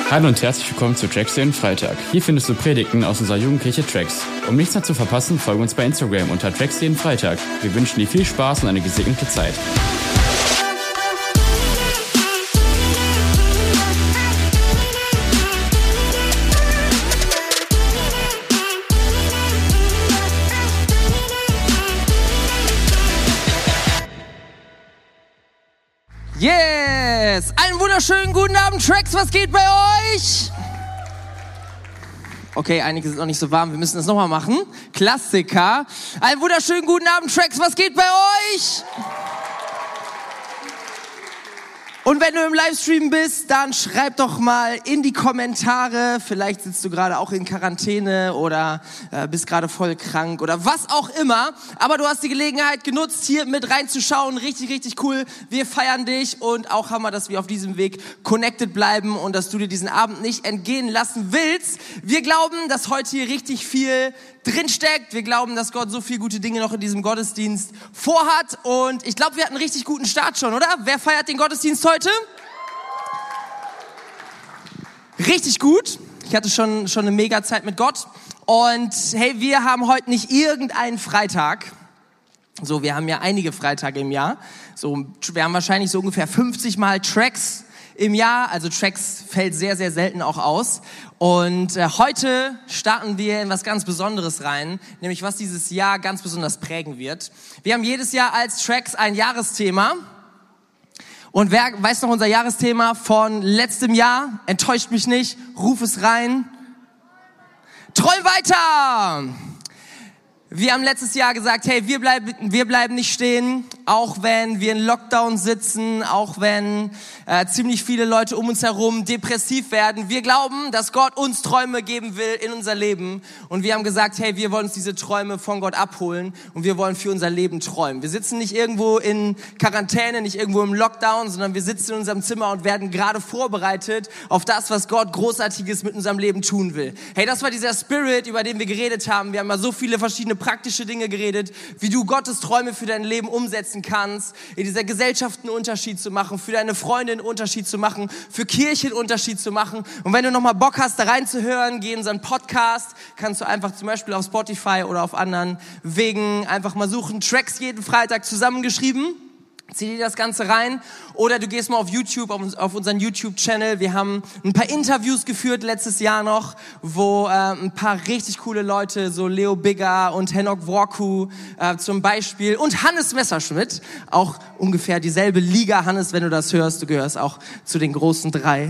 Hallo und herzlich willkommen zu Tracks jeden Freitag. Hier findest du Predigten aus unserer Jugendkirche Tracks. Um nichts mehr zu verpassen, folge uns bei Instagram unter Tracks jeden Freitag. Wir wünschen dir viel Spaß und eine gesegnete Zeit. Yes! Einen wunderschönen guten Abend, Tracks, was geht bei euch? Okay, einige sind noch nicht so warm, wir müssen das nochmal machen. Klassiker. Einen wunderschönen guten Abend, Tracks, was geht bei euch? Und wenn du im Livestream bist, dann schreib doch mal in die Kommentare, vielleicht sitzt du gerade auch in Quarantäne oder bist gerade voll krank oder was auch immer, aber du hast die Gelegenheit genutzt, hier mit reinzuschauen, richtig, richtig cool. Wir feiern dich und auch Hammer, dass wir auf diesem Weg connected bleiben und dass du dir diesen Abend nicht entgehen lassen willst. Wir glauben, dass heute hier richtig viel drinsteckt. Wir glauben, dass Gott so viele gute Dinge noch in diesem Gottesdienst vorhat und ich glaube, wir hatten einen richtig guten Start schon, oder? Wer feiert den Gottesdienst heute? Richtig gut. Ich hatte schon eine mega Zeit mit Gott und hey, wir haben heute nicht irgendeinen Freitag. So, wir haben ja einige Freitage im Jahr. So, wir haben wahrscheinlich so ungefähr 50 Mal Tracks im Jahr. Also Tracks fällt sehr, sehr selten auch aus. Und heute starten wir in was ganz Besonderes rein, nämlich was dieses Jahr ganz besonders prägen wird. Wir haben jedes Jahr als Tracks ein Jahresthema. Und wer weiß noch unser Jahresthema von letztem Jahr? Enttäuscht mich nicht, ruf es rein. Träum weiter! Wir haben letztes Jahr gesagt, hey, wir bleiben nicht stehen, auch wenn wir in Lockdown sitzen, auch wenn ziemlich viele Leute um uns herum depressiv werden. Wir glauben, dass Gott uns Träume geben will in unser Leben. Und wir haben gesagt, hey, wir wollen uns diese Träume von Gott abholen und wir wollen für unser Leben träumen. Wir sitzen nicht irgendwo in Quarantäne, nicht irgendwo im Lockdown, sondern wir sitzen in unserem Zimmer und werden gerade vorbereitet auf das, was Gott Großartiges mit unserem Leben tun will. Hey, das war dieser Spirit, über den wir geredet haben. Wir haben mal so viele verschiedene praktische Dinge geredet, wie du Gottes Träume für dein Leben umsetzen kannst, in dieser Gesellschaft einen Unterschied zu machen, für deine Freunde einen Unterschied zu machen, für Kirche einen Unterschied zu machen. Und wenn du nochmal Bock hast, da reinzuhören, geh in unseren Podcast, kannst du einfach zum Beispiel auf Spotify oder auf anderen Wegen einfach mal suchen, Tracks jeden Freitag zusammengeschrieben. Zieh dir das Ganze rein oder du gehst mal auf YouTube, auf unseren YouTube-Channel. Wir haben ein paar Interviews geführt letztes Jahr noch, wo ein paar richtig coole Leute, so Leo Bigger und Henok Worku zum Beispiel und Hannes Messerschmidt, auch ungefähr dieselbe Liga. Hannes, wenn du das hörst, du gehörst auch zu den großen drei.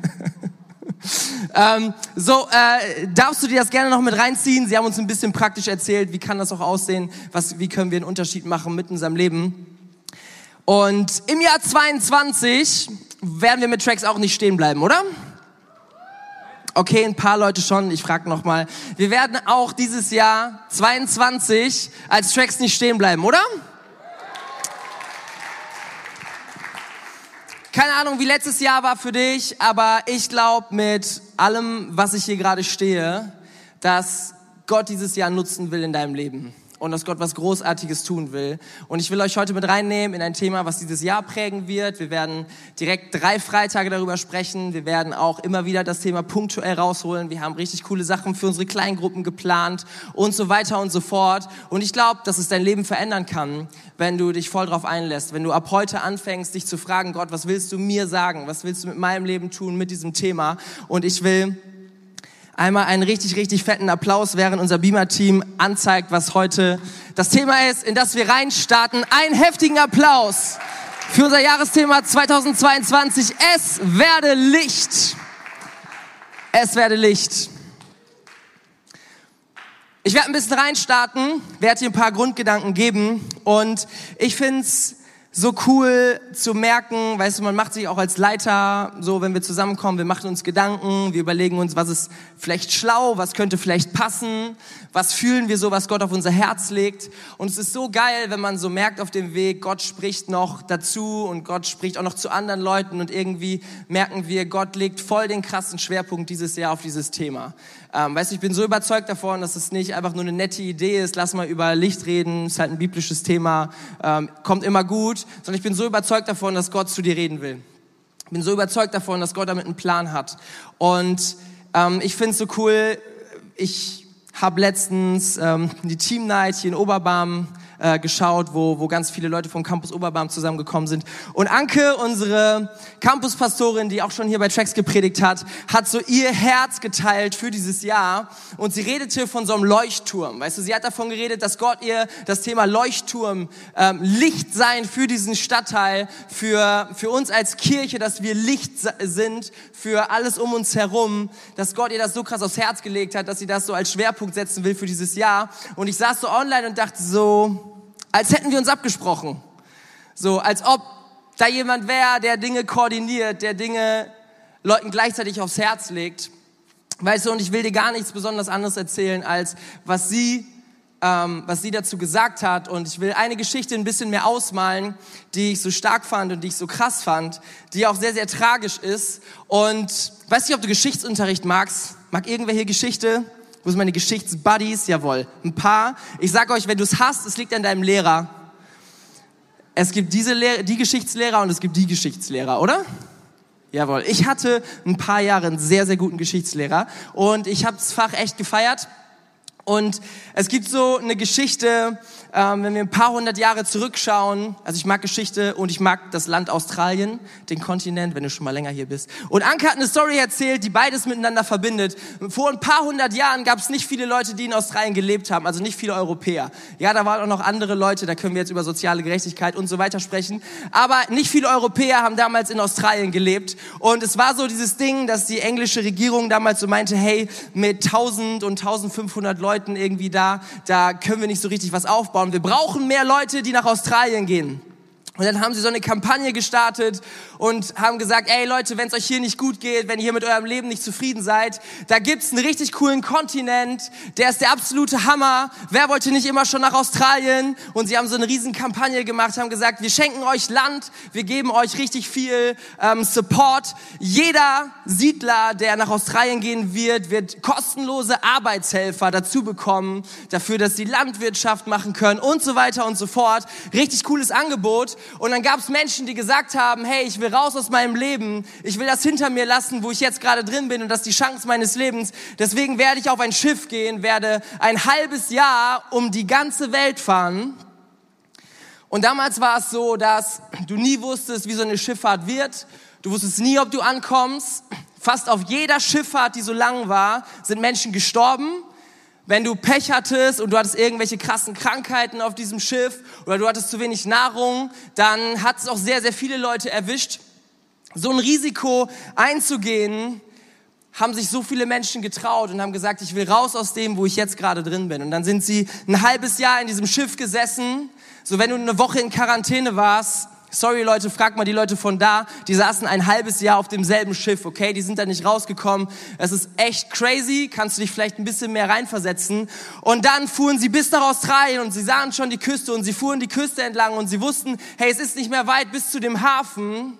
Darfst du dir das gerne noch mit reinziehen? Sie haben uns ein bisschen praktisch erzählt, wie kann das auch aussehen, wie können wir einen Unterschied machen mit unserem Leben. Und im Jahr 22 werden wir mit Tracks auch nicht stehen bleiben, oder? Okay, ein paar Leute schon. Ich frage nochmal. Wir werden auch dieses Jahr 22 als Tracks nicht stehen bleiben, oder? Keine Ahnung, wie letztes Jahr war für dich, aber ich glaube mit allem, was ich hier gerade stehe, dass Gott dieses Jahr nutzen will in deinem Leben. Und dass Gott was Großartiges tun will. Und ich will euch heute mit reinnehmen in ein Thema, was dieses Jahr prägen wird. Wir werden direkt 3 Freitage darüber sprechen. Wir werden auch immer wieder das Thema punktuell rausholen. Wir haben richtig coole Sachen für unsere Kleingruppen geplant und so weiter und so fort. Und ich glaube, dass es dein Leben verändern kann, wenn du dich voll drauf einlässt. Wenn du ab heute anfängst, dich zu fragen, Gott, was willst du mir sagen? Was willst du mit meinem Leben tun, mit diesem Thema? Und ich will einmal einen richtig, richtig fetten Applaus, während unser Beamer-Team anzeigt, was heute das Thema ist, in das wir reinstarten. Einen heftigen Applaus für unser Jahresthema 2022. Es werde Licht. Es werde Licht. Ich werde ein bisschen reinstarten, werde dir ein paar Grundgedanken geben und ich find's so cool zu merken, weißt du, man macht sich auch als Leiter, so wenn wir zusammenkommen, wir machen uns Gedanken, wir überlegen uns, was ist vielleicht schlau, was könnte vielleicht passen, was fühlen wir so, was Gott auf unser Herz legt. Und es ist so geil, wenn man so merkt auf dem Weg, Gott spricht noch dazu und Gott spricht auch noch zu anderen Leuten und irgendwie merken wir, Gott legt voll den krassen Schwerpunkt dieses Jahr auf dieses Thema. Weißt du, ich bin so überzeugt davon, dass es nicht einfach nur eine nette Idee ist, lass mal über Licht reden, ist halt ein biblisches Thema, kommt immer gut, sondern ich bin so überzeugt davon, dass Gott zu dir reden will. Bin so überzeugt davon, dass Gott damit einen Plan hat. Und ich finde es so cool, ich habe letztens die Team Night hier in Oberbarm geschaut, wo ganz viele Leute vom Campus Oberbarm zusammengekommen sind. Und Anke, unsere Campuspastorin, die auch schon hier bei Tracks gepredigt hat so ihr Herz geteilt für dieses Jahr. Und sie redete von so einem Leuchtturm. Weißt du, sie hat davon geredet, dass Gott ihr das Thema Leuchtturm, Licht sein für diesen Stadtteil, für uns als Kirche, dass wir Licht sind für alles um uns herum, dass Gott ihr das so krass aufs Herz gelegt hat, dass sie das so als Schwerpunkt setzen will für dieses Jahr. Und ich saß so online und dachte so, als hätten wir uns abgesprochen. So, als ob da jemand wäre, der Dinge koordiniert, der Dinge Leuten gleichzeitig aufs Herz legt. Weißt du, und ich will dir gar nichts besonders anderes erzählen, als was sie dazu gesagt hat. Und ich will eine Geschichte ein bisschen mehr ausmalen, die ich so stark fand und die ich so krass fand, die auch sehr, sehr tragisch ist. Und weiß nicht, ob du Geschichtsunterricht magst. Mag irgendwer hier Geschichte? Wo sind meine Geschichtsbuddies? Jawohl, ein paar. Ich sag euch, wenn du es hast, es liegt an deinem Lehrer. Es gibt die Geschichtslehrer und es gibt die Geschichtslehrer, oder? Jawohl. Ich hatte ein paar Jahre einen sehr, sehr guten Geschichtslehrer und ich habe das Fach echt gefeiert. Und es gibt so eine Geschichte, wenn wir ein paar hundert Jahre zurückschauen. Also ich mag Geschichte und ich mag das Land Australien, den Kontinent, wenn du schon mal länger hier bist. Und Anke hat eine Story erzählt, die beides miteinander verbindet. Vor ein paar hundert Jahren gab es nicht viele Leute, die in Australien gelebt haben, also nicht viele Europäer. Ja, da waren auch noch andere Leute, da können wir jetzt über soziale Gerechtigkeit und so weiter sprechen. Aber nicht viele Europäer haben damals in Australien gelebt. Und es war so dieses Ding, dass die englische Regierung damals so meinte, hey, mit 1000 und 1500 Leuten irgendwie da können wir nicht so richtig was aufbauen. Wir brauchen mehr Leute, die nach Australien gehen. Und dann haben sie so eine Kampagne gestartet und haben gesagt, ey Leute, wenn es euch hier nicht gut geht, wenn ihr hier mit eurem Leben nicht zufrieden seid, da gibt's einen richtig coolen Kontinent, der ist der absolute Hammer. Wer wollte nicht immer schon nach Australien? Und sie haben so eine riesen Kampagne gemacht, haben gesagt, wir schenken euch Land, wir geben euch richtig viel Support. Jeder Siedler, der nach Australien gehen wird kostenlose Arbeitshelfer dazu bekommen, dafür, dass sie Landwirtschaft machen können und so weiter und so fort. Richtig cooles Angebot. Und dann gab es Menschen, die gesagt haben, hey, ich will raus aus meinem Leben, ich will das hinter mir lassen, wo ich jetzt gerade drin bin und das ist die Chance meines Lebens. Deswegen werde ich auf ein Schiff gehen, werde ein halbes Jahr um die ganze Welt fahren. Und damals war es so, dass du nie wusstest, wie so eine Schifffahrt wird. Du wusstest nie, ob du ankommst. Fast auf jeder Schifffahrt, die so lang war, sind Menschen gestorben. Wenn du Pech hattest und du hattest irgendwelche krassen Krankheiten auf diesem Schiff oder du hattest zu wenig Nahrung, dann hat es auch sehr, sehr viele Leute erwischt. So ein Risiko einzugehen, haben sich so viele Menschen getraut und haben gesagt, ich will raus aus dem, wo ich jetzt gerade drin bin. Und dann sind sie ein halbes Jahr in diesem Schiff gesessen. So, wenn du eine Woche in Quarantäne warst, sorry Leute, frag mal die Leute von da, die saßen ein halbes Jahr auf demselben Schiff, okay? Die sind da nicht rausgekommen. Es ist echt crazy, kannst du dich vielleicht ein bisschen mehr reinversetzen. Und dann fuhren sie bis nach Australien und sie sahen schon die Küste und sie fuhren die Küste entlang und sie wussten, hey, es ist nicht mehr weit bis zu dem Hafen.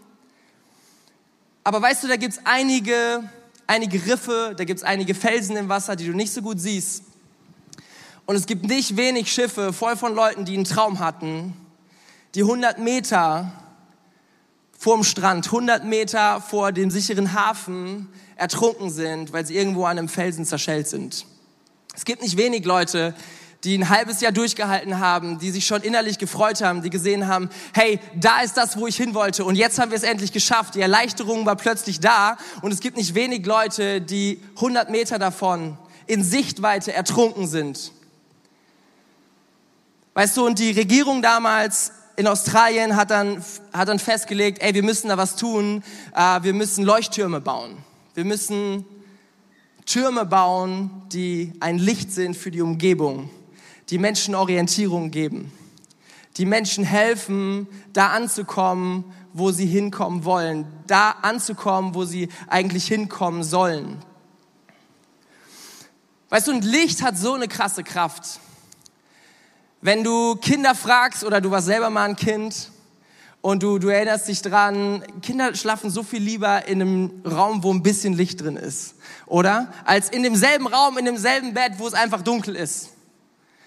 Aber weißt du, da gibt's einige Riffe, da gibt's einige Felsen im Wasser, die du nicht so gut siehst. Und es gibt nicht wenig Schiffe voll von Leuten, die einen Traum hatten, die 100 Meter vorm Strand, 100 Meter vor dem sicheren Hafen ertrunken sind, weil sie irgendwo an einem Felsen zerschellt sind. Es gibt nicht wenig Leute, die ein halbes Jahr durchgehalten haben, die sich schon innerlich gefreut haben, die gesehen haben, hey, da ist das, wo ich hin wollte und jetzt haben wir es endlich geschafft. Die Erleichterung war plötzlich da und es gibt nicht wenig Leute, die 100 Meter davon in Sichtweite ertrunken sind. Weißt du, und die Regierung damals in Australien hat dann festgelegt, ey, wir müssen da was tun, wir müssen Leuchttürme bauen. Wir müssen Türme bauen, die ein Licht sind für die Umgebung, die Menschen Orientierung geben, die Menschen helfen, da anzukommen, wo sie hinkommen wollen, da anzukommen, wo sie eigentlich hinkommen sollen. Weißt du, und Licht hat so eine krasse Kraft. Wenn du Kinder fragst oder du warst selber mal ein Kind und du erinnerst dich dran, Kinder schlafen so viel lieber in einem Raum, wo ein bisschen Licht drin ist, oder? Als in demselben Raum, in demselben Bett, wo es einfach dunkel ist.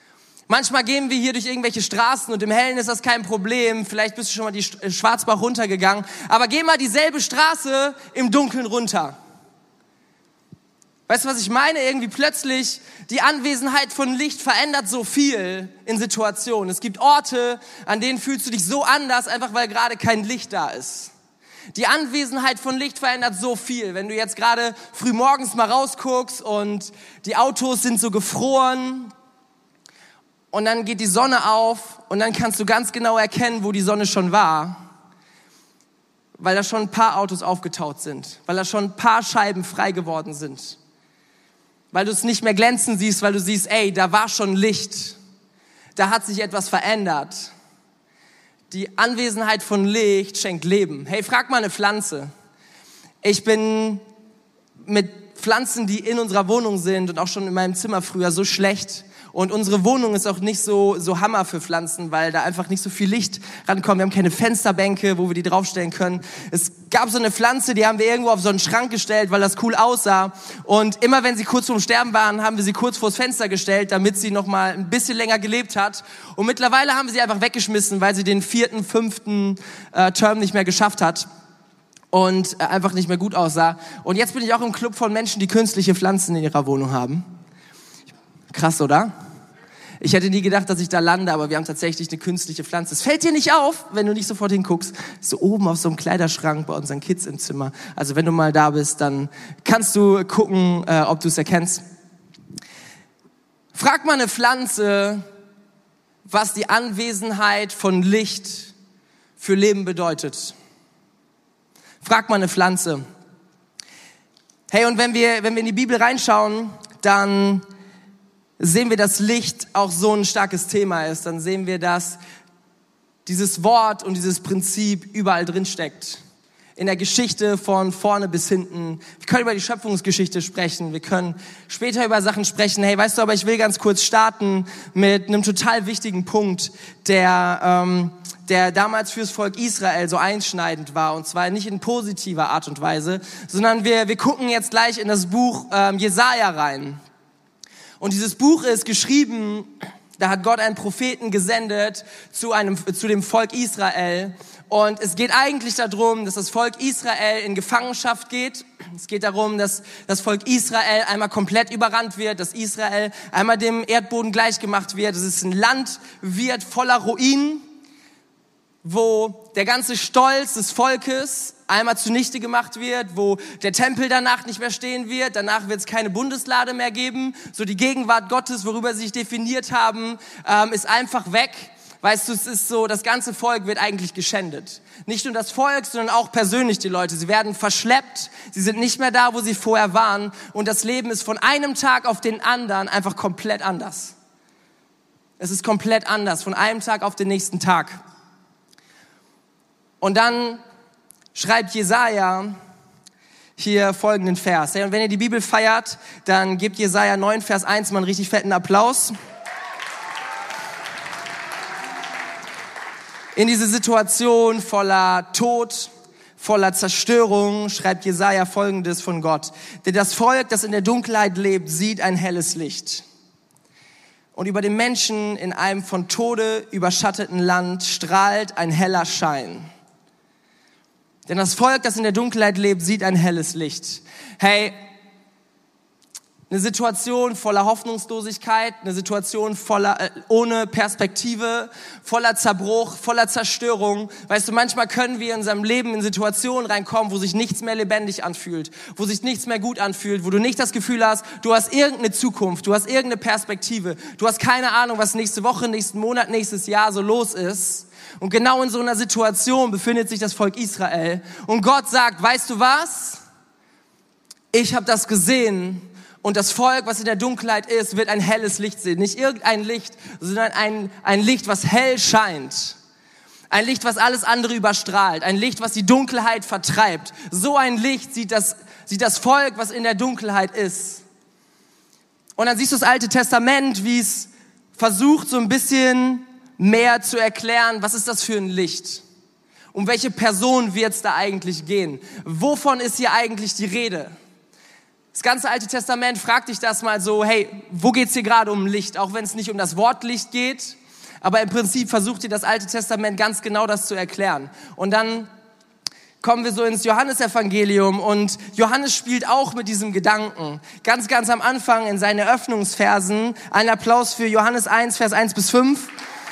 Manchmal gehen wir hier durch irgendwelche Straßen und im Hellen ist das kein Problem. Vielleicht bist du schon mal die Schwarzbach runtergegangen. Aber geh mal dieselbe Straße im Dunkeln runter. Weißt du, was ich meine? Irgendwie plötzlich die Anwesenheit von Licht verändert so viel in Situationen. Es gibt Orte, an denen fühlst du dich so anders, einfach weil gerade kein Licht da ist. Die Anwesenheit von Licht verändert so viel. Wenn du jetzt gerade früh morgens mal rausguckst und die Autos sind so gefroren und dann geht die Sonne auf und dann kannst du ganz genau erkennen, wo die Sonne schon war, weil da schon ein paar Autos aufgetaut sind, weil da schon ein paar Scheiben frei geworden sind. Weil du es nicht mehr glänzen siehst, weil du siehst, ey, da war schon Licht. Da hat sich etwas verändert. Die Anwesenheit von Licht schenkt Leben. Hey, frag mal eine Pflanze. Ich bin mit Pflanzen, die in unserer Wohnung sind und auch schon in meinem Zimmer früher, so schlecht. Und unsere Wohnung ist auch nicht so Hammer für Pflanzen, weil da einfach nicht so viel Licht rankommt. Wir haben keine Fensterbänke, wo wir die draufstellen können. Es gab so eine Pflanze, die haben wir irgendwo auf so einen Schrank gestellt, weil das cool aussah. Und immer wenn sie kurz vorm Sterben waren, haben wir sie kurz vors Fenster gestellt, damit sie noch mal ein bisschen länger gelebt hat. Und mittlerweile haben wir sie einfach weggeschmissen, weil sie den 4., 5. Term nicht mehr geschafft hat. Und einfach nicht mehr gut aussah. Und jetzt bin ich auch im Club von Menschen, die künstliche Pflanzen in ihrer Wohnung haben. Krass, oder? Ich hätte nie gedacht, dass ich da lande, aber wir haben tatsächlich eine künstliche Pflanze. Es fällt dir nicht auf, wenn du nicht sofort hinguckst. So oben auf so einem Kleiderschrank bei unseren Kids im Zimmer. Also wenn du mal da bist, dann kannst du gucken, ob du es erkennst. Frag mal eine Pflanze, was die Anwesenheit von Licht für Leben bedeutet. Frag mal eine Pflanze. Hey, und wenn wir in die Bibel reinschauen, dann sehen wir, dass Licht auch so ein starkes Thema ist. Dann sehen wir, dass dieses Wort und dieses Prinzip überall drin steckt. In der Geschichte von vorne bis hinten. Wir können über die Schöpfungsgeschichte sprechen. Wir können später über Sachen sprechen. Hey, weißt du, aber ich will ganz kurz starten mit einem total wichtigen Punkt, der damals fürs Volk Israel so einschneidend war. Und zwar nicht in positiver Art und Weise, sondern wir gucken jetzt gleich in das Buch Jesaja rein. Und dieses Buch ist geschrieben, da hat Gott einen Propheten gesendet zu dem Volk Israel. Und es geht eigentlich darum, dass das Volk Israel in Gefangenschaft geht. Es geht darum, dass das Volk Israel einmal komplett überrannt wird, dass Israel einmal dem Erdboden gleichgemacht wird. Dass es ein Land wird voller Ruinen, wo der ganze Stolz des Volkes einmal zunichte gemacht wird, wo der Tempel danach nicht mehr stehen wird, danach wird es keine Bundeslade mehr geben, so die Gegenwart Gottes, worüber sie sich definiert haben, ist einfach weg. Weißt du, es ist so, das ganze Volk wird eigentlich geschändet. Nicht nur das Volk, sondern auch persönlich die Leute. Sie werden verschleppt, sie sind nicht mehr da, wo sie vorher waren und das Leben ist von einem Tag auf den anderen einfach komplett anders. Es ist komplett anders, von einem Tag auf den nächsten Tag. Und dann schreibt Jesaja hier folgenden Vers. Und wenn ihr die Bibel feiert, dann gebt Jesaja 9, Vers 1 mal einen richtig fetten Applaus. In diese Situation voller Tod, voller Zerstörung schreibt Jesaja Folgendes von Gott. Denn das Volk, das in der Dunkelheit lebt, sieht ein helles Licht. Und über den Menschen in einem von Tode überschatteten Land strahlt ein heller Schein. Denn das Volk, das in der Dunkelheit lebt, sieht ein helles Licht. Hey, eine Situation voller Hoffnungslosigkeit, eine Situation ohne Perspektive, voller Zerbruch, voller Zerstörung. Weißt du, manchmal können wir in unserem Leben in Situationen reinkommen, wo sich nichts mehr lebendig anfühlt, wo sich nichts mehr gut anfühlt, wo du nicht das Gefühl hast, du hast irgendeine Zukunft, du hast irgendeine Perspektive, du hast keine Ahnung, was nächste Woche, nächsten Monat, nächstes Jahr so los ist. Und genau in so einer Situation befindet sich das Volk Israel. Und Gott sagt, weißt du was? Ich habe das gesehen und das Volk, was in der Dunkelheit ist, wird ein helles Licht sehen. Nicht irgendein Licht, sondern ein Licht, was hell scheint. Ein Licht, was alles andere überstrahlt. Ein Licht, was die Dunkelheit vertreibt. So ein Licht sieht das Volk, was in der Dunkelheit ist. Und dann siehst du das Alte Testament, wie es versucht, so ein bisschen mehr zu erklären, was ist das für ein Licht? Um welche Person wird es da eigentlich gehen? Wovon ist hier eigentlich die Rede? Das ganze Alte Testament fragt dich das mal so, hey, wo geht's hier gerade um Licht? Auch wenn es nicht um das Wort Licht geht, aber im Prinzip versucht dir das Alte Testament ganz genau das zu erklären. Und dann kommen wir so ins Johannesevangelium und Johannes spielt auch mit diesem Gedanken. Ganz, ganz am Anfang in seinen Eröffnungsversen. Ein Applaus für Johannes 1, Vers 1 bis 5.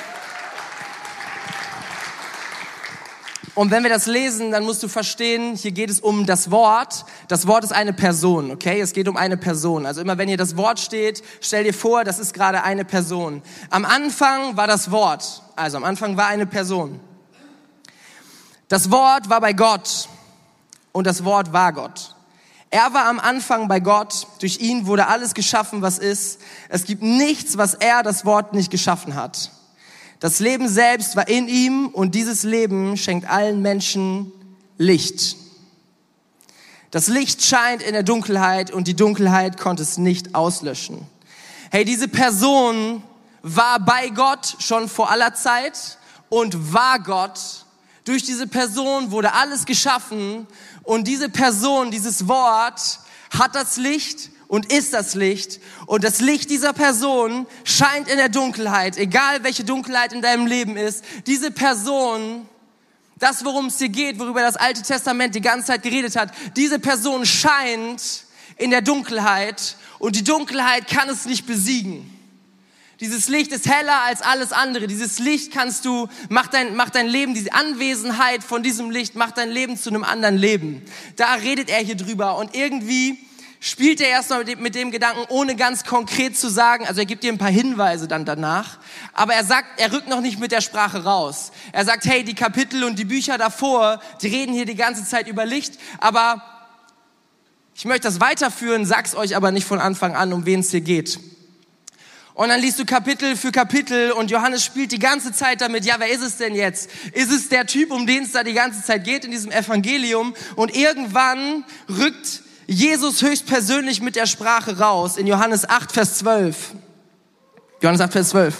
Und wenn wir das lesen, dann musst du verstehen, hier geht es um das Wort. Das Wort ist eine Person, okay? Es geht um eine Person. Also immer wenn hier das Wort steht, stell dir vor, das ist gerade eine Person. Am Anfang war das Wort. Also am Anfang war eine Person. Das Wort war bei Gott und das Wort war Gott. Er war am Anfang bei Gott. Durch ihn wurde alles geschaffen, was ist. Es gibt nichts, was er, das Wort, nicht geschaffen hat. Das Leben selbst war in ihm und dieses Leben schenkt allen Menschen Licht. Das Licht scheint in der Dunkelheit und die Dunkelheit konnte es nicht auslöschen. Hey, diese Person war bei Gott schon vor aller Zeit und war Gott. Durch diese Person wurde alles geschaffen und diese Person, dieses Wort, hat das Licht und ist das Licht. Und das Licht dieser Person scheint in der Dunkelheit, egal welche Dunkelheit in deinem Leben ist. Diese Person, das worum es hier geht, worüber das Alte Testament die ganze Zeit geredet hat, diese Person scheint in der Dunkelheit und die Dunkelheit kann es nicht besiegen. Dieses Licht ist heller als alles andere. Dieses Licht macht dein Leben, diese Anwesenheit von diesem Licht macht dein Leben zu einem anderen Leben. Da redet er hier drüber und irgendwie spielt er erstmal mit dem Gedanken, ohne ganz konkret zu sagen, also er gibt dir ein paar Hinweise dann danach, aber er rückt noch nicht mit der Sprache raus. Er sagt, hey, die Kapitel und die Bücher davor, die reden hier die ganze Zeit über Licht, aber ich möchte das weiterführen, sag's euch aber nicht von Anfang an, um wen es hier geht. Und dann liest du Kapitel für Kapitel und Johannes spielt die ganze Zeit damit, ja, wer ist es denn jetzt? Ist es der Typ, um den es da die ganze Zeit geht in diesem Evangelium? Und irgendwann rückt Jesus höchstpersönlich mit der Sprache raus in Johannes 8, Vers 12. Johannes 8, Vers 12.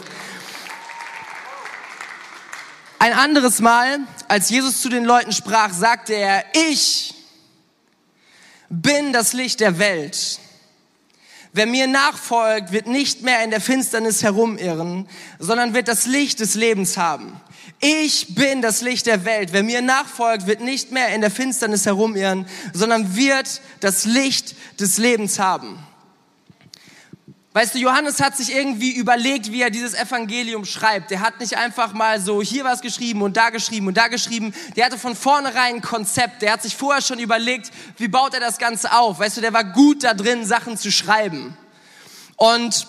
Ein anderes Mal, als Jesus zu den Leuten sprach, sagte er, ich bin das Licht der Welt. Wer mir nachfolgt, wird nicht mehr in der Finsternis herumirren, sondern wird das Licht des Lebens haben. Ich bin das Licht der Welt. Wer mir nachfolgt, wird nicht mehr in der Finsternis herumirren, sondern wird das Licht des Lebens haben. Weißt du, Johannes hat sich irgendwie überlegt, wie er dieses Evangelium schreibt. Der hat nicht einfach mal so hier was geschrieben und da geschrieben und da geschrieben. Der hatte von vornherein ein Konzept. Der hat sich vorher schon überlegt, wie baut er das Ganze auf. Weißt du, der war gut da drin, Sachen zu schreiben. Und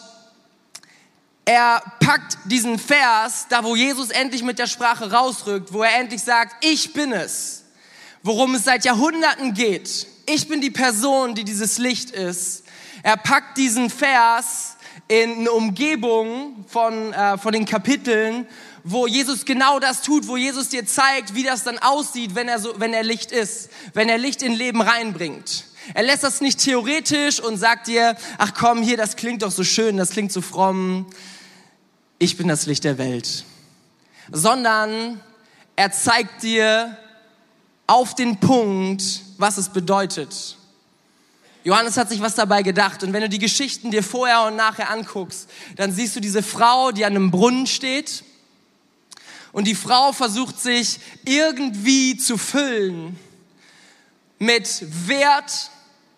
er packt diesen Vers, da wo Jesus endlich mit der Sprache rausrückt, wo er endlich sagt, ich bin es, worum es seit Jahrhunderten geht. Ich bin die Person, die dieses Licht ist. Er packt diesen Vers in eine Umgebung von den Kapiteln, wo Jesus genau das tut, wo Jesus dir zeigt, wie das dann aussieht, wenn er Licht ist, wenn er Licht in Leben reinbringt. Er lässt das nicht theoretisch und sagt dir, ach komm, hier, das klingt doch so schön, das klingt so fromm. Ich bin das Licht der Welt. Sondern er zeigt dir auf den Punkt, was es bedeutet. Johannes hat sich was dabei gedacht. Und wenn du die Geschichten dir vorher und nachher anguckst, dann siehst du diese Frau, die an einem Brunnen steht. Und die Frau versucht sich irgendwie zu füllen mit Wert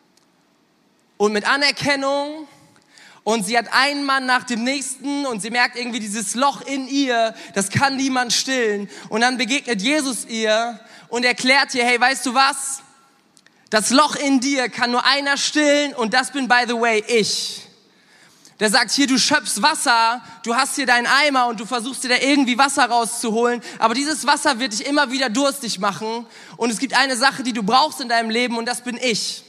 und mit Anerkennung. Und sie hat einen Mann nach dem nächsten und sie merkt irgendwie dieses Loch in ihr, das kann niemand stillen. Und dann begegnet Jesus ihr und erklärt ihr, hey, weißt du was? Das Loch in dir kann nur einer stillen und das bin, by the way, ich. Der sagt, hier, du schöpfst Wasser, du hast hier deinen Eimer und du versuchst dir da irgendwie Wasser rauszuholen, aber dieses Wasser wird dich immer wieder durstig machen und es gibt eine Sache, die du brauchst in deinem Leben und das bin ich.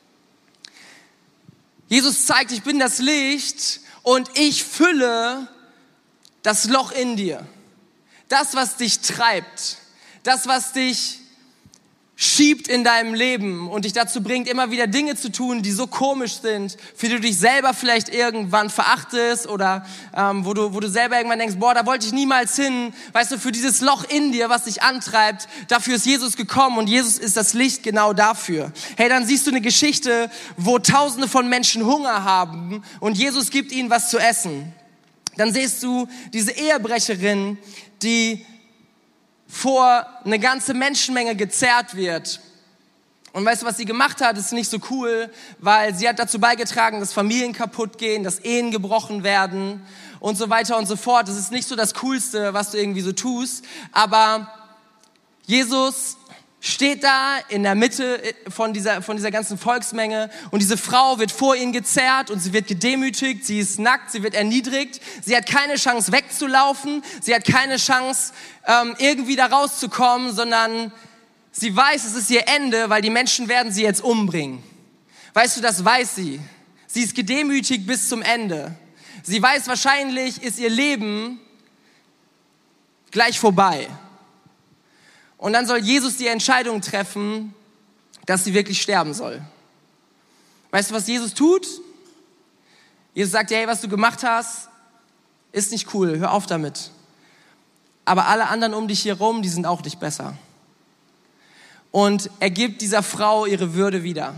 Jesus zeigt, ich bin das Licht und ich fülle das Loch in dir. Das, was dich treibt, das, was dich schiebt in deinem Leben und dich dazu bringt, immer wieder Dinge zu tun, die so komisch sind, für die du dich selber vielleicht irgendwann verachtest oder wo du selber irgendwann denkst, boah, da wollte ich niemals hin. Weißt du, für dieses Loch in dir, was dich antreibt, dafür ist Jesus gekommen und Jesus ist das Licht genau dafür. Hey, dann siehst du eine Geschichte, wo Tausende von Menschen Hunger haben und Jesus gibt ihnen was zu essen. Dann siehst du diese Ehebrecherin, die vor eine ganze Menschenmenge gezerrt wird. Und weißt du, was sie gemacht hat, ist nicht so cool, weil sie hat dazu beigetragen, dass Familien kaputt gehen, dass Ehen gebrochen werden und so weiter und so fort. Das ist nicht so das Coolste, was du irgendwie so tust, aber Jesus steht da in der Mitte von dieser ganzen Volksmenge und diese Frau wird vor ihn gezerrt und sie wird gedemütigt, sie ist nackt, sie wird erniedrigt, sie hat keine Chance wegzulaufen, sie hat keine Chance irgendwie da rauszukommen, sondern sie weiß, es ist ihr Ende, weil die Menschen werden sie jetzt umbringen. Weißt du, das weiß sie. Sie ist gedemütigt bis zum Ende. Sie weiß, wahrscheinlich ist ihr Leben gleich vorbei. Und dann soll Jesus die Entscheidung treffen, dass sie wirklich sterben soll. Weißt du, was Jesus tut? Jesus sagt, hey, was du gemacht hast, ist nicht cool, hör auf damit. Aber alle anderen um dich herum, die sind auch nicht besser. Und er gibt dieser Frau ihre Würde wieder.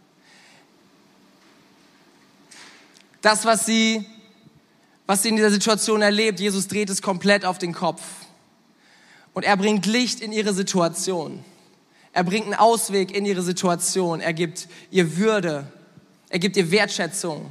Das, was sie in dieser Situation erlebt, Jesus dreht es komplett auf den Kopf. Und er bringt Licht in ihre Situation. Er bringt einen Ausweg in ihre Situation. Er gibt ihr Würde. Er gibt ihr Wertschätzung.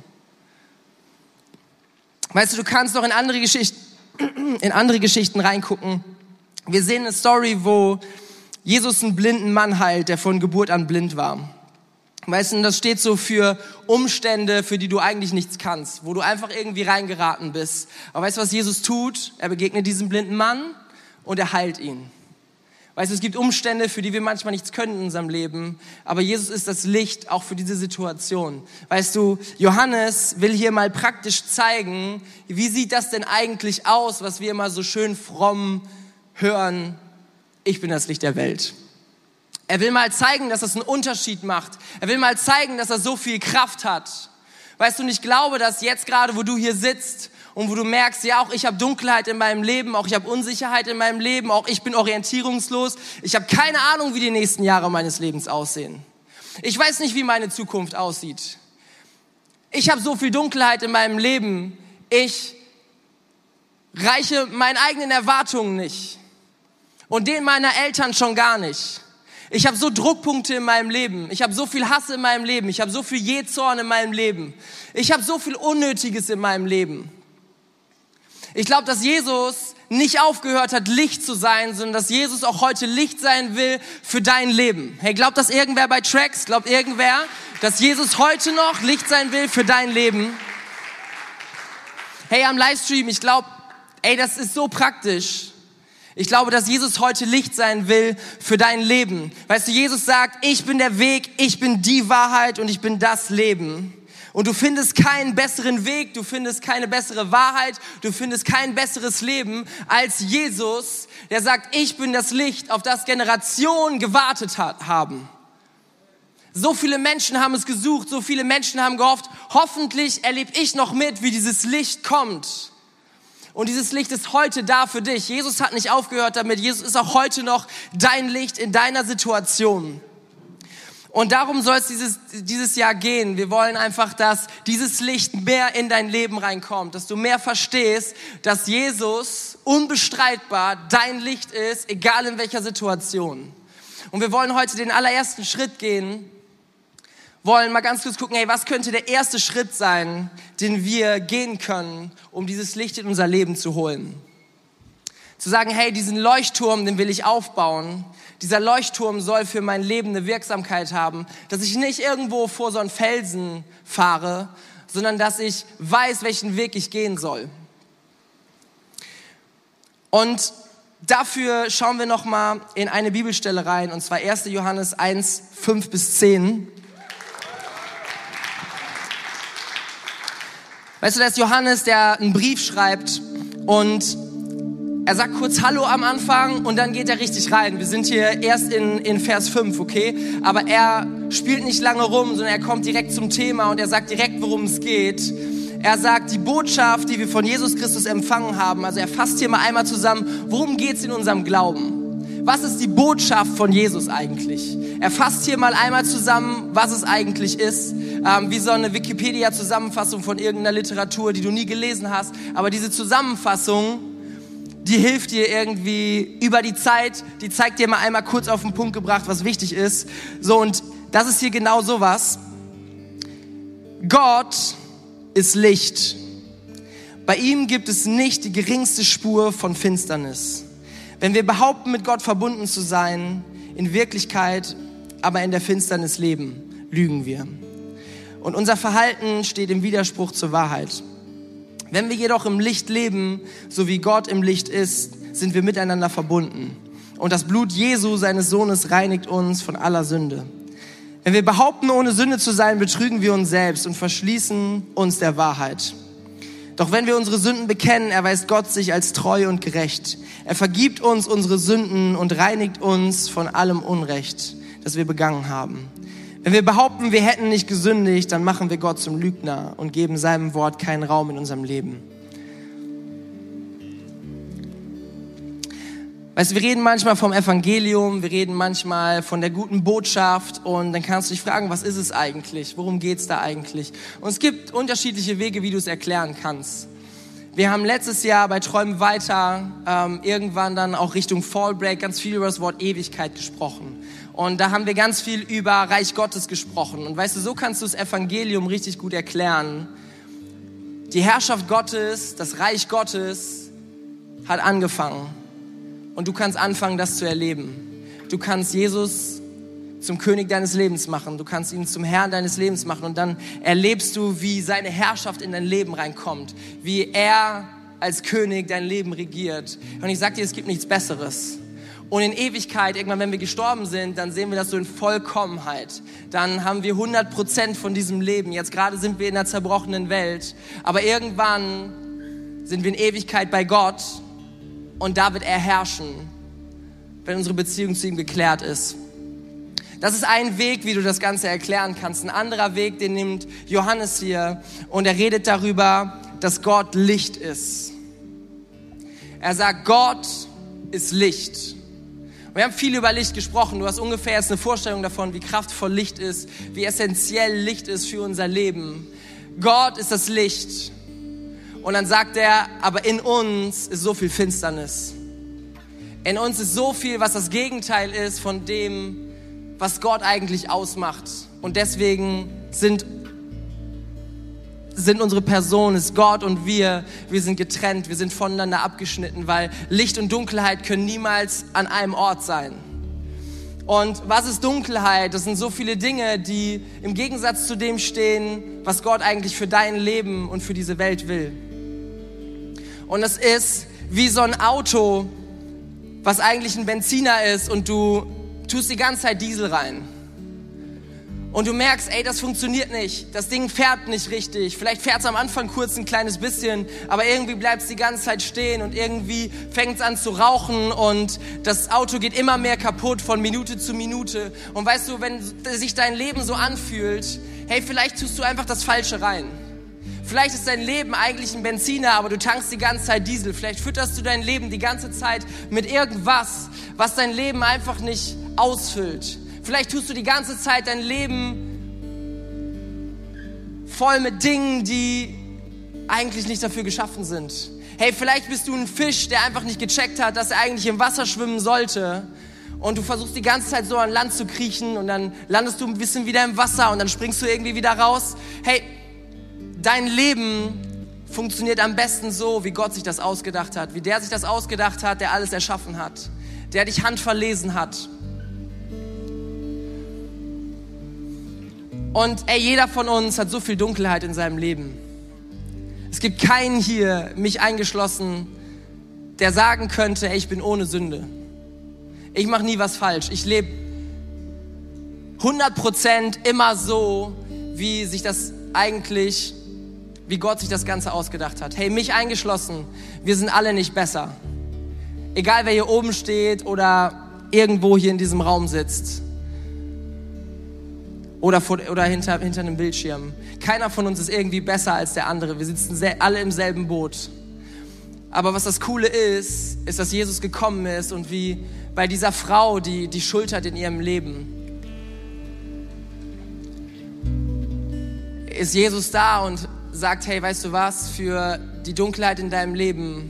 Weißt du, du kannst noch in andere Geschichten reingucken. Wir sehen eine Story, wo Jesus einen blinden Mann heilt, der von Geburt an blind war. Weißt du, das steht so für Umstände, für die du eigentlich nichts kannst, wo du einfach irgendwie reingeraten bist. Aber weißt du, was Jesus tut? Er begegnet diesem blinden Mann und er heilt ihn. Weißt du, es gibt Umstände, für die wir manchmal nichts können in unserem Leben, aber Jesus ist das Licht auch für diese Situation. Weißt du, Johannes will hier mal praktisch zeigen, wie sieht das denn eigentlich aus, was wir immer so schön fromm hören, ich bin das Licht der Welt. Er will mal zeigen, dass das einen Unterschied macht. Er will mal zeigen, dass er so viel Kraft hat. Weißt du, und ich glaube, dass jetzt gerade, wo du hier sitzt und wo du merkst, ja, auch ich habe Dunkelheit in meinem Leben, auch ich habe Unsicherheit in meinem Leben, auch ich bin orientierungslos. Ich habe keine Ahnung, wie die nächsten Jahre meines Lebens aussehen. Ich weiß nicht, wie meine Zukunft aussieht. Ich habe so viel Dunkelheit in meinem Leben. Ich reiche meinen eigenen Erwartungen nicht. Und denen meiner Eltern schon gar nicht. Ich habe so Druckpunkte in meinem Leben. Ich habe so viel Hass in meinem Leben. Ich habe so viel Jähzorn in meinem Leben. Ich habe so viel Unnötiges in meinem Leben. Ich glaube, dass Jesus nicht aufgehört hat, Licht zu sein, sondern dass Jesus auch heute Licht sein will für dein Leben. Hey, glaubt das irgendwer bei Tracks? Glaubt irgendwer, dass Jesus heute noch Licht sein will für dein Leben? Hey, am Livestream, ich glaube, das ist so praktisch. Ich glaube, dass Jesus heute Licht sein will für dein Leben. Weißt du, Jesus sagt, ich bin der Weg, ich bin die Wahrheit und ich bin das Leben. Und du findest keinen besseren Weg, du findest keine bessere Wahrheit, du findest kein besseres Leben als Jesus, der sagt, ich bin das Licht, auf das Generationen gewartet haben. So viele Menschen haben es gesucht, so viele Menschen haben gehofft, hoffentlich erlebe ich noch mit, wie dieses Licht kommt. Und dieses Licht ist heute da für dich. Jesus hat nicht aufgehört damit. Jesus ist auch heute noch dein Licht in deiner Situation. Und darum soll es dieses Jahr gehen. Wir wollen einfach, dass dieses Licht mehr in dein Leben reinkommt. Dass du mehr verstehst, dass Jesus unbestreitbar dein Licht ist, egal in welcher Situation. Und wir wollen heute den allerersten Schritt gehen. Wollen mal ganz kurz gucken, was könnte der erste Schritt sein, den wir gehen können, um dieses Licht in unser Leben zu holen. Zu sagen, diesen Leuchtturm, den will ich aufbauen. Dieser Leuchtturm soll für mein Leben eine Wirksamkeit haben, dass ich nicht irgendwo vor so einen Felsen fahre, sondern dass ich weiß, welchen Weg ich gehen soll. Und dafür schauen wir nochmal in eine Bibelstelle rein, und zwar 1. Johannes 1, 5-10. Weißt du, da ist Johannes, der einen Brief schreibt und Er sagt kurz Hallo am Anfang und dann geht er richtig rein. Wir sind hier erst in Vers 5, okay? Aber er spielt nicht lange rum, sondern er kommt direkt zum Thema und er sagt direkt, worum es geht. Er sagt, die Botschaft, die wir von Jesus Christus empfangen haben, also er fasst hier mal einmal zusammen, worum geht es in unserem Glauben? Was ist die Botschaft von Jesus eigentlich? Er fasst hier mal einmal zusammen, was es eigentlich ist, wie so eine Wikipedia-Zusammenfassung von irgendeiner Literatur, die du nie gelesen hast. Aber diese Zusammenfassung, die hilft dir irgendwie über die Zeit, die zeigt dir mal einmal kurz auf den Punkt gebracht, was wichtig ist. So, und das ist hier genau sowas. Gott ist Licht. Bei ihm gibt es nicht die geringste Spur von Finsternis. Wenn wir behaupten, mit Gott verbunden zu sein, in Wirklichkeit aber in der Finsternis leben, lügen wir. Und unser Verhalten steht im Widerspruch zur Wahrheit. Wenn wir jedoch im Licht leben, so wie Gott im Licht ist, sind wir miteinander verbunden. Und das Blut Jesu, seines Sohnes, reinigt uns von aller Sünde. Wenn wir behaupten, ohne Sünde zu sein, betrügen wir uns selbst und verschließen uns der Wahrheit. Doch wenn wir unsere Sünden bekennen, erweist Gott sich als treu und gerecht. Er vergibt uns unsere Sünden und reinigt uns von allem Unrecht, das wir begangen haben. Wenn wir behaupten, wir hätten nicht gesündigt, dann machen wir Gott zum Lügner und geben seinem Wort keinen Raum in unserem Leben. Weißt du, wir reden manchmal vom Evangelium, wir reden manchmal von der guten Botschaft und dann kannst du dich fragen, was ist es eigentlich? Worum geht's da eigentlich? Und es gibt unterschiedliche Wege, wie du es erklären kannst. Wir haben letztes Jahr bei Träumen weiter irgendwann dann auch Richtung Fallbreak ganz viel über das Wort Ewigkeit gesprochen. Und da haben wir ganz viel über Reich Gottes gesprochen. Und weißt du, so kannst du das Evangelium richtig gut erklären. Die Herrschaft Gottes, das Reich Gottes hat angefangen. Und du kannst anfangen, das zu erleben. Du kannst Jesus zum König deines Lebens machen. Du kannst ihn zum Herrn deines Lebens machen. Und dann erlebst du, wie seine Herrschaft in dein Leben reinkommt. Wie er als König dein Leben regiert. Und ich sag dir, es gibt nichts Besseres. Und in Ewigkeit, irgendwann, wenn wir gestorben sind, dann sehen wir das so in Vollkommenheit. Dann haben wir 100% von diesem Leben. Jetzt gerade sind wir in einer zerbrochenen Welt. Aber irgendwann sind wir in Ewigkeit bei Gott. Und da wird er herrschen, wenn unsere Beziehung zu ihm geklärt ist. Das ist ein Weg, wie du das Ganze erklären kannst. Ein anderer Weg, den nimmt Johannes hier. Und er redet darüber, dass Gott Licht ist. Er sagt, Gott ist Licht. Wir haben viel über Licht gesprochen. Du hast ungefähr jetzt eine Vorstellung davon, wie kraftvoll Licht ist, wie essentiell Licht ist für unser Leben. Gott ist das Licht. Und dann sagt er, aber in uns ist so viel Finsternis. In uns ist so viel, was das Gegenteil ist von dem, was Gott eigentlich ausmacht. Und deswegen sind unsere Personen, ist Gott und wir sind getrennt, wir sind voneinander abgeschnitten, weil Licht und Dunkelheit können niemals an einem Ort sein. Und was ist Dunkelheit? Das sind so viele Dinge, die im Gegensatz zu dem stehen, was Gott eigentlich für dein Leben und für diese Welt will. Und es ist wie so ein Auto, was eigentlich ein Benziner ist und du tust die ganze Zeit Diesel rein. Und du merkst, ey, das funktioniert nicht. Das Ding fährt nicht richtig. Vielleicht fährt es am Anfang kurz ein kleines bisschen, aber irgendwie bleibt es die ganze Zeit stehen und irgendwie fängt es an zu rauchen und das Auto geht immer mehr kaputt von Minute zu Minute. Und weißt du, wenn sich dein Leben so anfühlt, hey, vielleicht tust du einfach das Falsche rein. Vielleicht ist dein Leben eigentlich ein Benziner, aber du tankst die ganze Zeit Diesel. Vielleicht fütterst du dein Leben die ganze Zeit mit irgendwas, was dein Leben einfach nicht ausfüllt. Vielleicht tust du die ganze Zeit dein Leben voll mit Dingen, die eigentlich nicht dafür geschaffen sind. Hey, vielleicht bist du ein Fisch, der einfach nicht gecheckt hat, dass er eigentlich im Wasser schwimmen sollte. Und du versuchst die ganze Zeit so an Land zu kriechen und dann landest du ein bisschen wieder im Wasser und dann springst du irgendwie wieder raus. Hey, dein Leben funktioniert am besten so, wie Gott sich das ausgedacht hat. Wie der sich das ausgedacht hat, der alles erschaffen hat. Der dich handverlesen hat. Und jeder von uns hat so viel Dunkelheit in seinem Leben. Es gibt keinen hier, mich eingeschlossen, der sagen könnte, ich bin ohne Sünde. Ich mache nie was falsch. Ich lebe 100% immer so, wie Gott sich das Ganze ausgedacht hat. Hey, mich eingeschlossen, wir sind alle nicht besser. Egal wer hier oben steht oder irgendwo hier in diesem Raum sitzt. Oder hinter einem Bildschirm. Keiner von uns ist irgendwie besser als der andere. Wir sitzen alle im selben Boot. Aber was das Coole ist, dass Jesus gekommen ist und wie bei dieser Frau, die schultert in ihrem Leben, ist Jesus da und sagt, hey, weißt du was, für die Dunkelheit in deinem Leben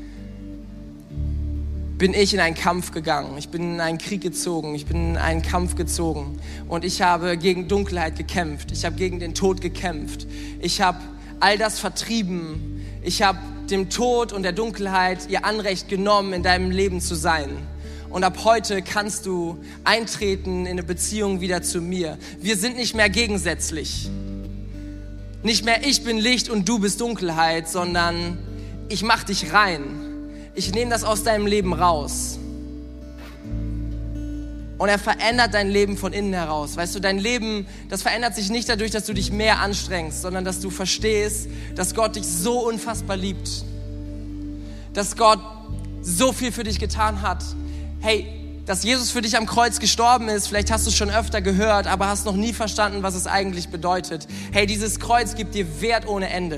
bin ich in einen Kampf gegangen. Ich bin in einen Krieg gezogen. Ich bin in einen Kampf gezogen. Und ich habe gegen Dunkelheit gekämpft. Ich habe gegen den Tod gekämpft. Ich habe all das vertrieben. Ich habe dem Tod und der Dunkelheit ihr Anrecht genommen, in deinem Leben zu sein. Und ab heute kannst du eintreten in eine Beziehung wieder zu mir. Wir sind nicht mehr gegensätzlich. Nicht mehr ich bin Licht und du bist Dunkelheit, sondern ich mach dich rein. Ich nehme das aus deinem Leben raus. Und er verändert dein Leben von innen heraus. Weißt du, dein Leben, das verändert sich nicht dadurch, dass du dich mehr anstrengst, sondern dass du verstehst, dass Gott dich so unfassbar liebt. Dass Gott so viel für dich getan hat. Hey, dass Jesus für dich am Kreuz gestorben ist, vielleicht hast du es schon öfter gehört, aber hast noch nie verstanden, was es eigentlich bedeutet. Hey, dieses Kreuz gibt dir Wert ohne Ende.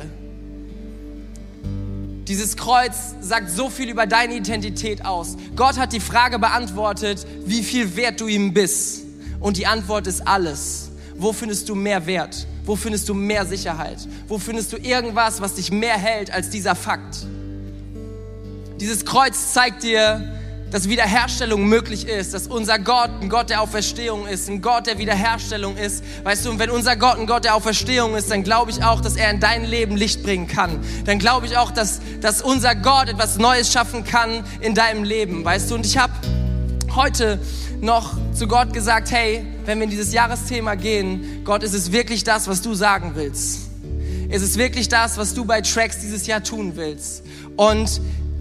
Dieses Kreuz sagt so viel über deine Identität aus. Gott hat die Frage beantwortet, wie viel wert du ihm bist. Und die Antwort ist alles. Wo findest du mehr Wert? Wo findest du mehr Sicherheit? Wo findest du irgendwas, was dich mehr hält als dieser Fakt? Dieses Kreuz zeigt dir, dass Wiederherstellung möglich ist, dass unser Gott ein Gott der Auferstehung ist, ein Gott der Wiederherstellung ist. Weißt du, und wenn unser Gott ein Gott der Auferstehung ist, dann glaube ich auch, dass er in dein Leben Licht bringen kann. Dann glaube ich auch, dass unser Gott etwas Neues schaffen kann in deinem Leben. Weißt du, und ich habe heute noch zu Gott gesagt, hey, wenn wir in dieses Jahresthema gehen, Gott, ist es wirklich das, was du sagen willst? Ist es wirklich das, was du bei Tracks dieses Jahr tun willst? Und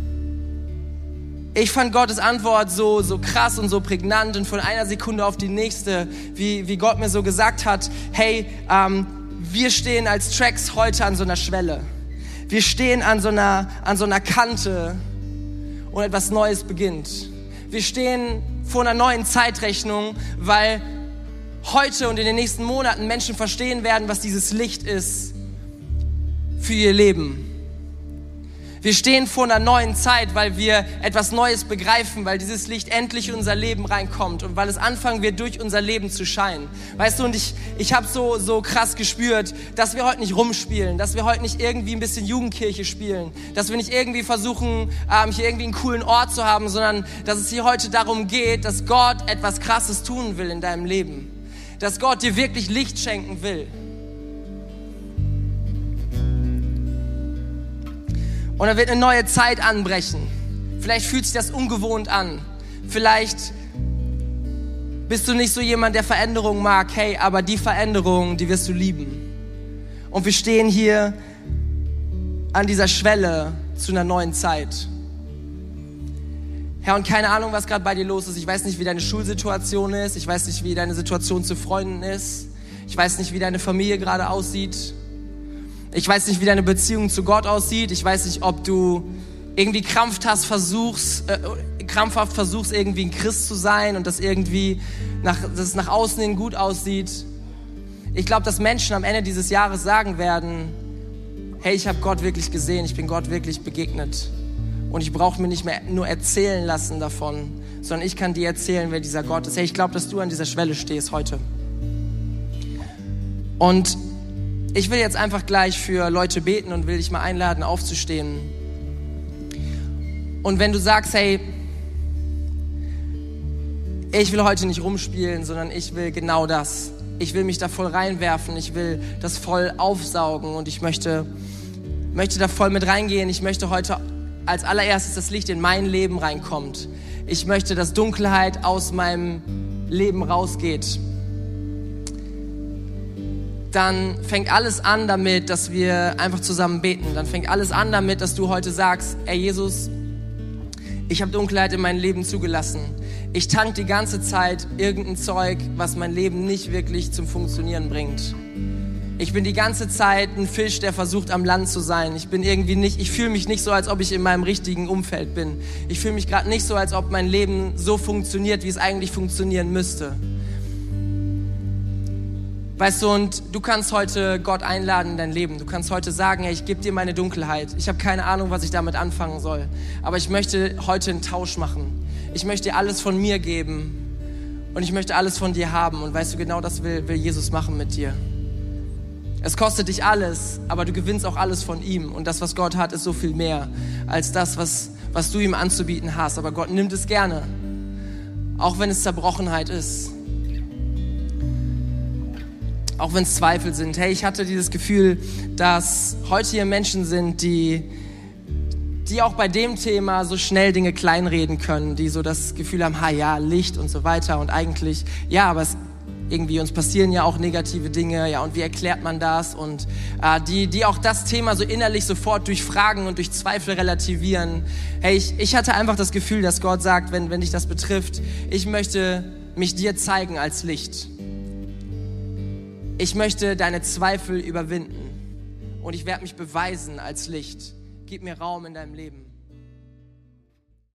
ich fand Gottes Antwort so krass und so prägnant und von einer Sekunde auf die nächste, wie Gott mir so gesagt hat, hey, wir stehen als Tracks heute an so einer Schwelle. Wir stehen an so einer Kante und etwas Neues beginnt. Wir stehen vor einer neuen Zeitrechnung, weil heute und in den nächsten Monaten Menschen verstehen werden, was dieses Licht ist für ihr Leben. Wir stehen vor einer neuen Zeit, weil wir etwas Neues begreifen, weil dieses Licht endlich in unser Leben reinkommt und weil es anfangen wird, durch unser Leben zu scheinen. Weißt du, und ich habe so krass gespürt, dass wir heute nicht rumspielen, dass wir heute nicht irgendwie ein bisschen Jugendkirche spielen, dass wir nicht irgendwie versuchen, hier irgendwie einen coolen Ort zu haben, sondern dass es hier heute darum geht, dass Gott etwas Krasses tun will in deinem Leben. Dass Gott dir wirklich Licht schenken will. Und da wird eine neue Zeit anbrechen. Vielleicht fühlt sich das ungewohnt an. Vielleicht bist du nicht so jemand, der Veränderung mag. Hey, aber die Veränderung, die wirst du lieben. Und wir stehen hier an dieser Schwelle zu einer neuen Zeit. Herr, und keine Ahnung, was gerade bei dir los ist. Ich weiß nicht, wie deine Schulsituation ist. Ich weiß nicht, wie deine Situation zu Freunden ist. Ich weiß nicht, wie deine Familie gerade aussieht. Ich weiß nicht, wie deine Beziehung zu Gott aussieht. Ich weiß nicht, ob du irgendwie krampfhaft versuchst, irgendwie ein Christ zu sein und dass es nach außen hin gut aussieht. Ich glaube, dass Menschen am Ende dieses Jahres sagen werden, hey, ich habe Gott wirklich gesehen, ich bin Gott wirklich begegnet. Und ich brauche mir nicht mehr nur erzählen lassen davon, sondern ich kann dir erzählen, wer dieser Gott ist. Hey, ich glaube, dass du an dieser Schwelle stehst heute. Und ich will jetzt einfach gleich für Leute beten und will dich mal einladen, aufzustehen. Und wenn du sagst, hey, ich will heute nicht rumspielen, sondern ich will genau das. Ich will mich da voll reinwerfen, ich will das voll aufsaugen und ich möchte da voll mit reingehen. Ich möchte heute als allererstes das Licht in mein Leben reinkommt. Ich möchte, dass Dunkelheit aus meinem Leben rausgeht. Dann fängt alles an damit, dass wir einfach zusammen beten. Dann fängt alles an damit, dass du heute sagst, ey Jesus, ich habe Dunkelheit in mein Leben zugelassen. Ich tank die ganze Zeit irgendein Zeug, was mein Leben nicht wirklich zum Funktionieren bringt. Ich bin die ganze Zeit ein Fisch, der versucht am Land zu sein. Ich fühle mich nicht so, als ob ich in meinem richtigen Umfeld bin. Ich fühle mich gerade nicht so, als ob mein Leben so funktioniert, wie es eigentlich funktionieren müsste. Weißt du, und du kannst heute Gott einladen in dein Leben. Du kannst heute sagen, hey, ich gebe dir meine Dunkelheit. Ich habe keine Ahnung, was ich damit anfangen soll. Aber ich möchte heute einen Tausch machen. Ich möchte dir alles von mir geben. Und ich möchte alles von dir haben. Und weißt du, genau das will Jesus machen mit dir. Es kostet dich alles, aber du gewinnst auch alles von ihm. Und das, was Gott hat, ist so viel mehr als das, was du ihm anzubieten hast. Aber Gott nimmt es gerne. Auch wenn es Zerbrochenheit ist. Auch wenn es Zweifel sind. Hey, ich hatte dieses Gefühl, dass heute hier Menschen sind, die auch bei dem Thema so schnell Dinge kleinreden können, die so das Gefühl haben, ja, Licht und so weiter und eigentlich, ja, aber irgendwie uns passieren ja auch negative Dinge, ja, und wie erklärt man das? Und die auch das Thema so innerlich sofort durch Fragen und durch Zweifel relativieren. Hey, ich hatte einfach das Gefühl, dass Gott sagt, wenn dich das betrifft, ich möchte mich dir zeigen als Licht. Ich möchte deine Zweifel überwinden und ich werde mich beweisen als Licht. Gib mir Raum in deinem Leben.